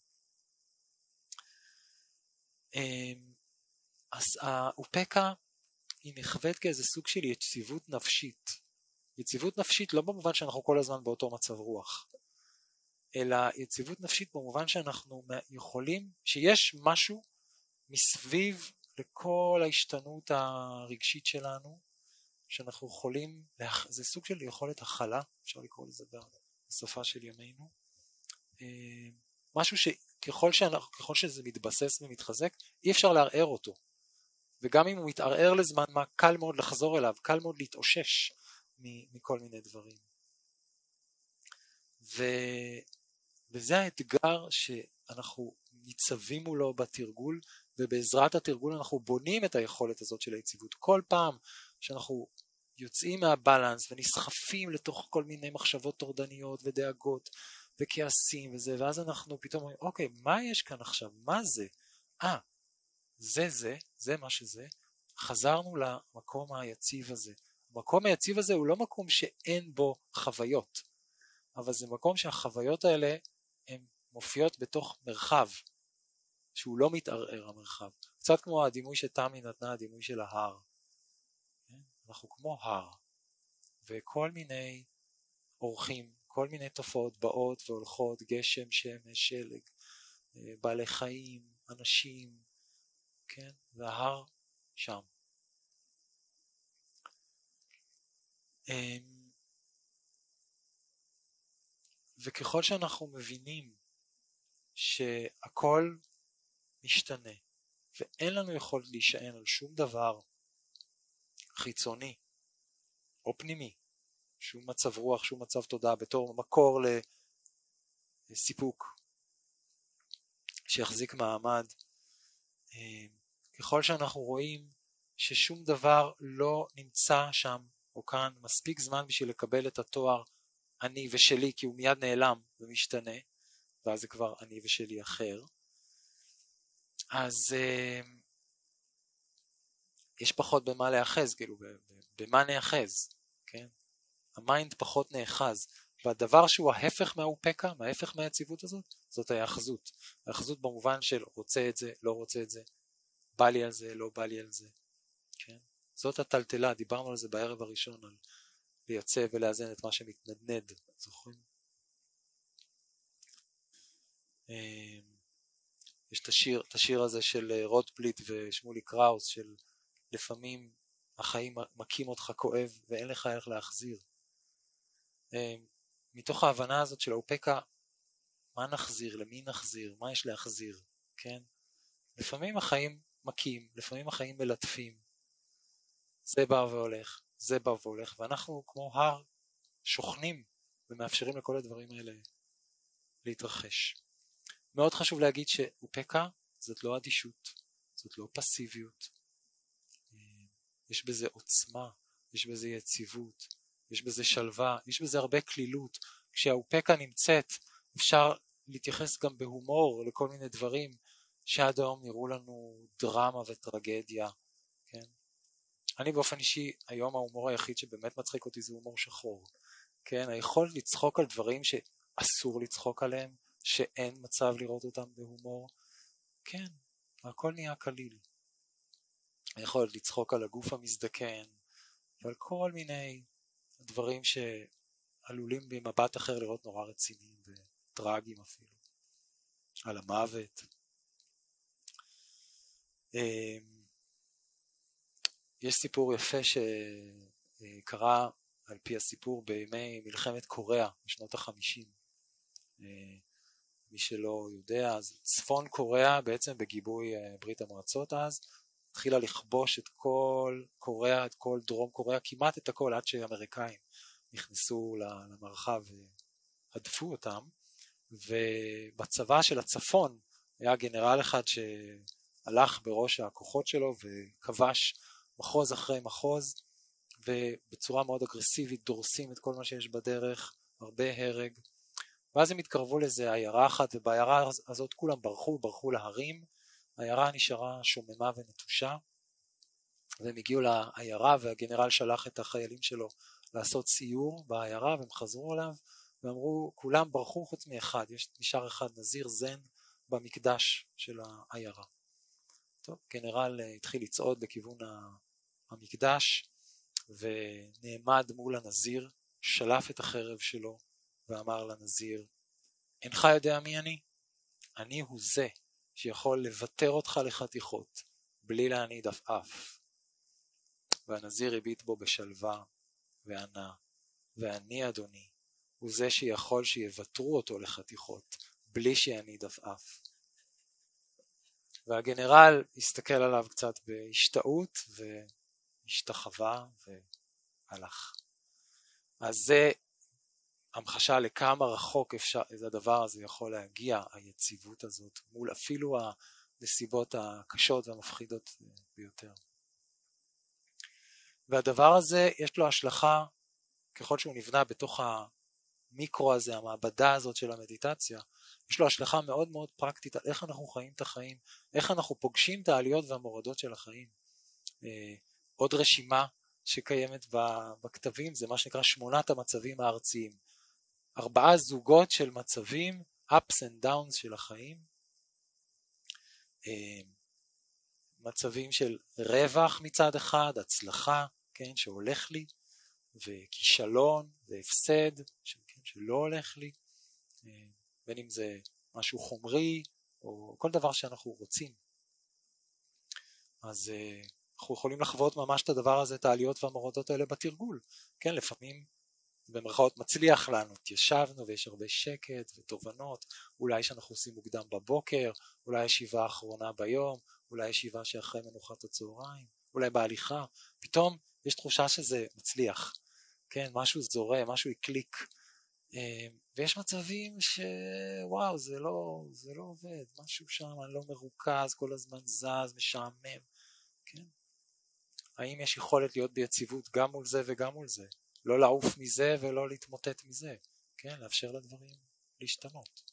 אז האופקה היא נחווית כאיזה סוג של יציבות נפשית. יציבות נפשית לא במובן שאנחנו כל הזמן באותו מצב רוח, אלא יציבות נפשית במובן שאנחנו יכולים, שיש משהו מסביב לכל ההשתנות הרגשית שלנו, שאנחנו יכולים, זה סוג של יכולת הכלה, אפשר לקרוא לזה בשפה של ימינו, משהו שככל שזה מתבסס ומתחזק, אי אפשר לערער אותו, וגם אם הוא מתערער לזמן מה, קל מאוד לחזור אליו, קל מאוד להתאושש מכל מיני דברים. וזה האתגר שאנחנו ניצבים מולו בתרגול, ובעזרת התרגול אנחנו בונים את היכולת הזאת של היציבות. כל פעם שאנחנו יוצאים מהבלנס ונסחפים לתוך כל מיני מחשבות טורדניות ודאגות וכעסים וזה, ואז אנחנו פתאום אומרים, אוקיי, מה יש כאן עכשיו? מה זה? זה מה שזה. חזרנו למקום היציב הזה. המקום היציב הזה הוא לא מקום שאין בו חוויות, אבל זה מקום שהחוויות האלה הן מופיעות בתוך מרחב, שהוא לא מתערער המרחב. קצת כמו הדימוי שתמי נתנה, הדימוי של ההר. אנחנו כמו הר, וכל מיני אורחים, כל מיני תופעות באות והולכות, גשם, שמש, שלג, בעלי חיים, אנשים, כן? וההר שם. וככל שאנחנו מבינים שהכל משתנה, ואין לנו יכולת להישען על שום דבר חיצוני או פנימי, שום מצב רוח, שום מצב תודעה, בתור מקור לסיפוק שיחזיק מעמד, ככל שאנחנו רואים ששום דבר לא נמצא שם או כאן מספיק זמן בשביל לקבל את התואר אני ושלי, כי הוא מיד נעלם ומשתנה, ואז זה כבר אני ושלי אחר, אז יש פחות במה להאחז, כאילו במה נאחז, כן? המיינד פחות נאחז, והדבר שהוא ההפך מהאופקה, ההפך מהיציבות הזאת, זאת ההאחזות. ההאחזות במובן של רוצה את זה, לא רוצה את זה, בא לי על זה, לא בא לי על זה, כן? זאת הטלטלה, דיברנו על זה בערב הראשון, על לייצב ולאזן את מה שמתנדנד, זוכרים? יש את השיר הזה של רוטבליט ושמולי קראוס, של לפעמים החיים מכים אותך כואב ואין לך איך להחזיר. מתוך ההבנה הזאת של האופקה, מה נחזיר, למי נחזיר, מה יש להחזיר, כן? לפעמים החיים מכים, לפעמים החיים מלטפים, זה בא והולך, זה בא והולך, ואנחנו כמו הר שוכנים ומאפשרים לכל הדברים האלה להתרחש. מאוד חשוב להגיד שאופקה זאת לא אדישות, זאת לא פסיביות, יש בזה עוצמה, יש בזה יציבות, יש בזה שלווה, יש בזה הרבה כלילות. כשהאופקה נמצאת אפשר להתייחס גם בהומור לכל מיני דברים שעד היום נראו לנו דרמה וטרגדיה, כן? אני באופן אישי, היום ההומור היחיד שבאמת מצחיק אותי זה הומור שחור, כן? היכולת לצחוק על דברים שאסור לצחוק עליהם, שאין מצב לראות אותם בהומור, כן, הכל נהיה קליל. היכולת לצחוק על הגוף המזדקן, ועל כל מיני דברים שעלולים במבט אחר לראות נורא רציניים וטרגיים אפילו, על המוות. יש סיפור יפה שקרה על פי הסיפור בימי מלחמת קוריאה בשנות ה-50. מי שלא יודע, אז צפון קוריאה בעצם בגיבוי ברית המועצות אז התחילה לכבוש את כל קוריאה, את כל דרום קוריאה, כמעט את הכל, עד שהאמריקאים נכנסו למרחב והדפו אותם. ובצבא של הצפון היה גנרל אחד שהלך בראש הכוחות שלו וכבש מחוז אחרי מחוז, ובצורה מאוד אגרסיבית דורסים את כל מה שיש בדרך, הרבה הרג. ואז הם התקרבו לזה עיירה אחת, ובעיירה הזאת כולם ברחו להרים. העיירה נשארה שוממה ונטושה, והם הגיעו לעיירה, והגנרל שלח את החיילים שלו לעשות סיור בעיירה, והם חזרו עליו ואמרו כולם ברחו חוץ מאחד, נשאר אחד נזיר זן במקדש של העיירה. טוב, גנרל התחיל לצעוד לכיוון המקדש ונעמד מול הנזיר, שלף את החרב שלו ואמר לנזיר, אינך יודע מי אני? אני הוא זה שיכול לוותר אותך לחתיכות בלי להניד עפעף. והנזיר הביט בו בשלווה וענה, ואני אדוני הוא זה שיכול שיוותרו אותו לחתיכות בלי שיניד עפעף. והגנרל הסתכל עליו קצת בהשתאות והשתחווה והלך. אז זה המחשה לכמה רחוק הדבר הזה יכול להגיע, היציבות הזאת, מול אפילו הנסיבות הקשות והמפחידות ביותר. והדבר הזה יש לו השלכה, ככל שהוא נבנה בתוך המיקרו הזה, המעבדה הזאת של המדיטציה, יש לו השלכה מאוד מאוד פרקטית על איך אנחנו חיים את החיים, איך אנחנו פוגשים את העליות והמורדות של החיים. עוד רשימה שקיימת בכתבים, זה מה שנקרא 8 המצבים הארציים. 4 זוגות של מצבים, ups and downs של החיים, מצבים של רווח מצד אחד, הצלחה, כן, שהולך לי, וכישלון והפסד, כן, שלא הולך לי, בין אם זה משהו חומרי, או כל דבר שאנחנו רוצים. אז אנחנו יכולים לחוות ממש את הדבר הזה, את העליות והמורדות האלה בתרגול, כן, לפעמים במרכאות מצליח לנו, התיישבנו ויש הרבה שקט ותובנות, אולי שאנחנו עושים מוקדם בבוקר, אולי ישיבה האחרונה ביום, אולי ישיבה שאחרי מנוחת הצהריים, אולי בהליכה, פתאום יש תחושה שזה מצליח, כן, משהו זורם, משהו יקליק, ויש מצבים שוואו, זה לא עובד, משהו שם לא מרוכז, כל הזמן זז, משעמם, כן, האם יש יכולת להיות ביציבות גם מול זה וגם מול זה, לא לעוף מזה ולא להתמוטט מזה, כן, לאפשר לדברים להשתנות.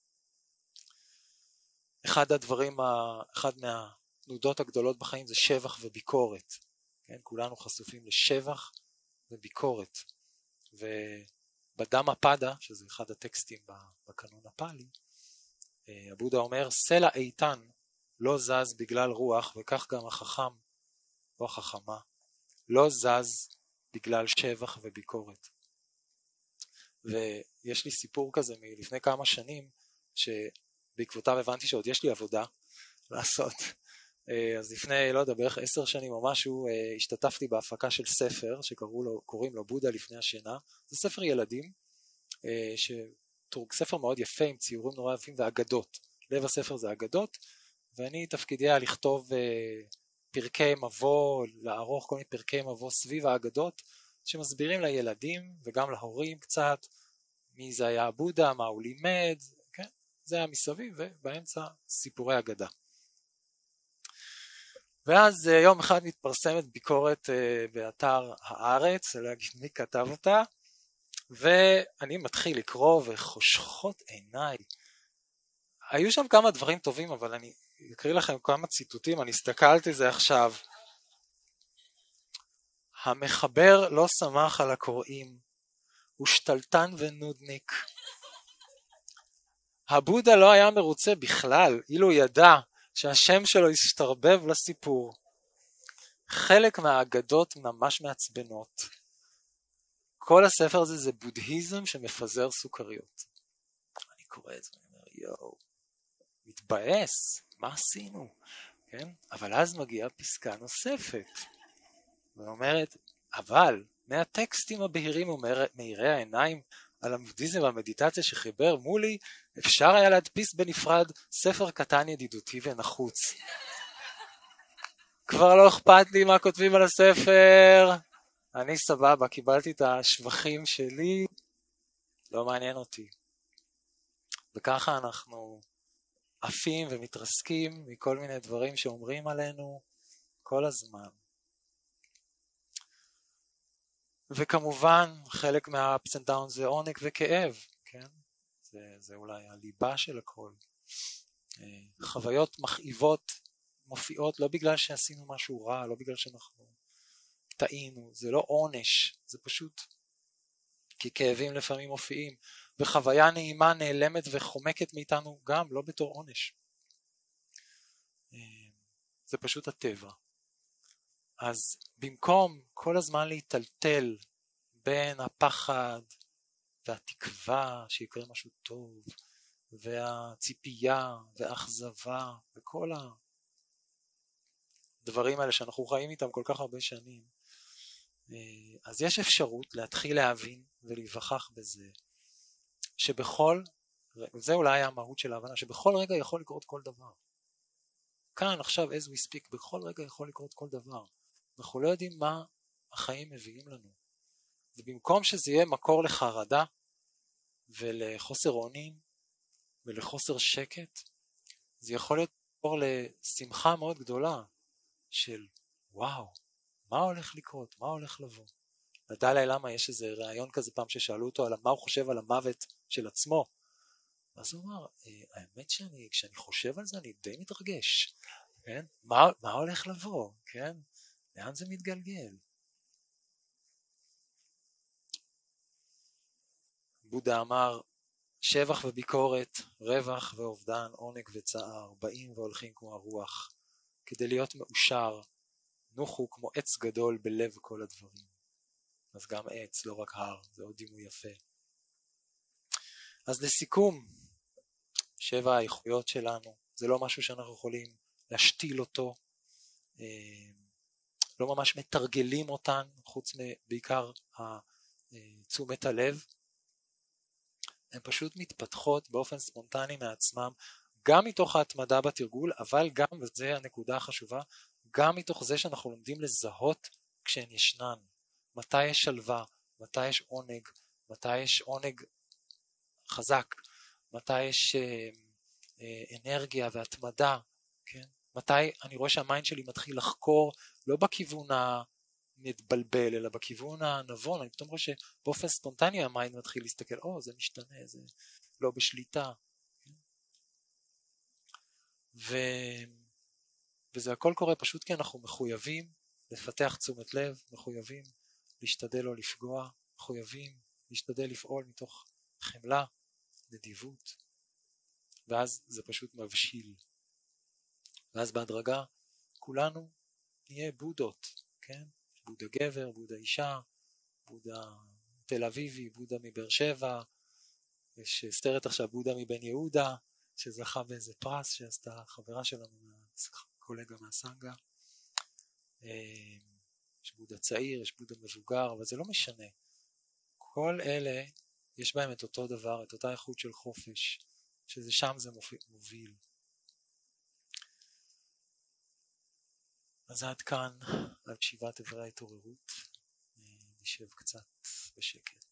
אחד מהתנודות הגדולות בחיים זה שבח וביקורת, כן, כולנו חשופים לשבח וביקורת, ובדמה פדה, שזה אחד הטקסטים בקנון הפאלי, הבודה אומר, סלע איתן לא זז בגלל רוח, וכך גם החכם או החכמה לא זז בגלל שבח וביקורת. ויש לי סיפור כזה מלפני כמה שנים, בעקבותיו הבנתי שעוד יש לי עבודה לעשות. אז לפני, לא יודע, בערך 10 שנים או משהו, השתתפתי בהפקה של ספר שקוראים לו בודה לפני השינה. זה ספר ילדים, ספר מאוד יפה עם ציורים נורא יפים ואגדות. לב הספר זה אגדות, ואני תפקידי היה לכתוב פרקי מבוא, לערוך כל מיני פרקי מבוא סביב האגדות, שמסבירים לילדים וגם להורים קצת מי זה היה בודה, מה הוא לימד, כן? זה היה מסביב, ובאמצע סיפורי אגדה. ואז יום אחד מתפרסמת ביקורת באתר הארץ, אני לא אגיד מי כתב אותה, ואני מתחיל לקרוא וחושכות עיניי. היו שם כמה דברים טובים, אבל אני אקריא לכם כמה ציטוטים, אני הסתכלתי זה עכשיו. המחבר לא שמח על הקוראים, הוא שתלטן ונודניק. הבודה לא היה מרוצה בכלל, אילו ידע שהשם שלו ישתרבב לסיפור. חלק מהאגדות ממש מעצבנות. כל הספר הזה זה בודהיזם שמפזר סוכריות. אני קורא את זה ואני אומר, יואו, מתבאס, מה עשינו? כן? אבל אז מגיעה פסקה נוספת, ואומרת, אבל מהטקסטים הבהירים ומאירי העיניים על הבודהיזם והמדיטציה שחיבר מולי, אפשר היה להדפיס בנפרד ספר קטן ידידותי ונחוץ. כבר לא אכפת לי מה כותבים על הספר, אני סבבה, קיבלתי את השבחים שלי, לא מעניין אותי. וככה אנחנו עפים ומתרסקים מכל מיני דברים שאומרים עלינו כל הזמן. וכמובן, חלק מה-ups and downs זה עונג וכאב, כן? זה אולי הליבה של הכל. חוויות מכאיבות מופיעות לא בגלל שעשינו משהו רע, לא בגלל שאנחנו טעינו, זה לא עונש, זה פשוט כי כאבים לפעמים מופיעים, וחוויה נעימה נעלמת וחומקת מאיתנו גם לא בתור עונש. זה פשוט הטבע. אז במקום כל הזמן להיטלטל בין הפחד והתקווה שיקרה משהו טוב, והציפייה והאכזבה וכל הדברים האלה שאנחנו חיים איתם כל כך הרבה שנים, אז יש אפשרות להתחיל להבין ולהיווכח בזה, שבכל, וזה אולי המהות של ההבנה, שבכל רגע יכול לקרות כל דבר. כאן עכשיו as we speak, בכל רגע יכול לקרות כל דבר. אנחנו לא יודעים מה החיים מביאים לנו. ובמקום שזה יהיה מקור לחרדה ולחוסר אונים ולחוסר שקט, זה יכול להיות מקור לשמחה מאוד גדולה של וואו, מה הולך לקרות? מה הולך לבוא? לדעי למה יש איזה רעיון כזה פעם ששאלו אותו על מה הוא חושב על המוות של עצמו. אז הוא אמר, האמת כשאני חושב על זה אני די מתרגש. כן? מה הולך לבוא? כן? לאן זה מתגלגל? בודה אמר, שבח וביקורת, רווח ואובדן, עונג וצער, באים והולכים כמו הרוח. כדי להיות מאושר, נוחו כמו עץ גדול בלב כל הדברים. אז גם עץ, לא רק הר, זה עוד דימוי יפה. אז לסיכום, 7 האיכויות שלנו, זה לא משהו שאנחנו יכולים להשתיל אותו, לא ממש מתרגלים אותן, חוץ מבעיקר תשומת הלב, הן פשוט מתפתחות באופן ספונטני מעצמם, גם מתוך ההתמדה בתרגול, אבל גם, וזה הנקודה החשובה, גם מתוך זה שאנחנו לומדים לזהות כשהן ישנן. מתי יש שלווה, מתי יש עונג, מתי יש עונג חזק, מתי יש אנרגיה והתמדה, כן? מתי אני רואה שהמיינד שלי מתחיל לחקור, לא בכיוון המתבלבל, אלא בכיוון הנבון, אני פתאום רואה שבאופן ספונטני המיינד מתחיל להסתכל, זה משתנה, זה לא בשליטה. כן? וזה הכל קורה פשוט כי אנחנו מחויבים לפתח תשומת לב, מחויבים להשתדל לא לפגוע, מחויבים להשתדל לפעול מתוך חמלה, נדיבות, ואז זה פשוט מבשיל. ואז בהדרגה כולנו נהיה בודות, כן? בודה גבר, בודה אישה, בודה תל אביבי, בודה מבאר שבע, יש סרט עכשיו בודה מבן יהודה, שזכה באיזה פרס שעשתה חברה שלנו, קולגה מהסנגה. יש בודה צעיר, יש בודה מבוגר, אבל זה לא משנה. כל אלה יש בהם את אותו דבר, את אותה איכות של חופש, שזה שם זה מוביל. אז עד כאן, עד 7 איברי ההתעוררות. נשב קצת בשקט.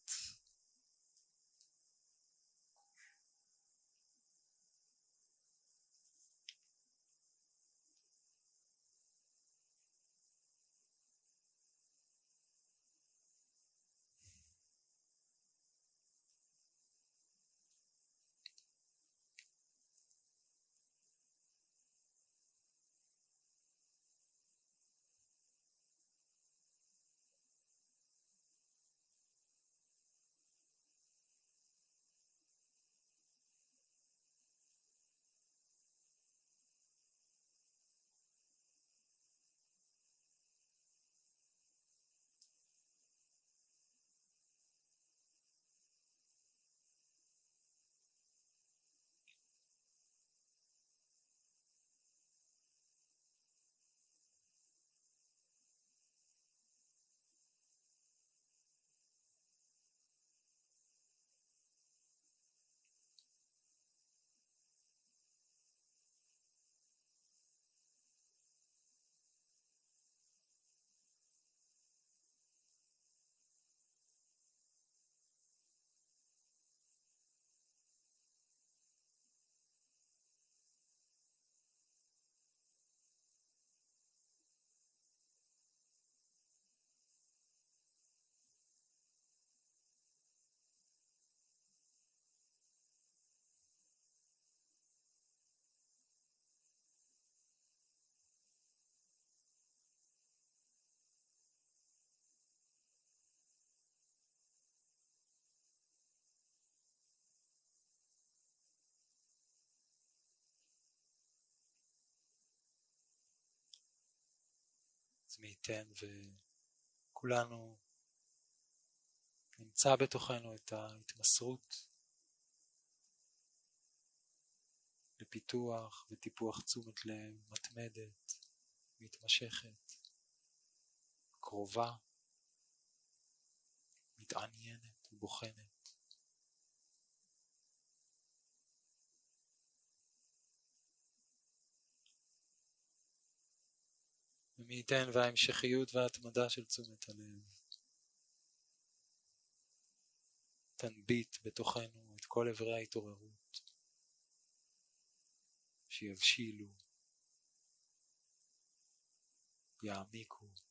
אז מי ייתן וכולנו נמצא בתוכנו את ההתמסרות לפיתוח וטיפוח תשומת לב מתמדת, מתמשכת, קרובה, מתעניינת ובוחנת. ומי ייתן וההמשכיות וההתמדה של תשומת הלב תנביט בתוכנו את כל עברי ההתעוררות, שיבשילו, יעמיקו,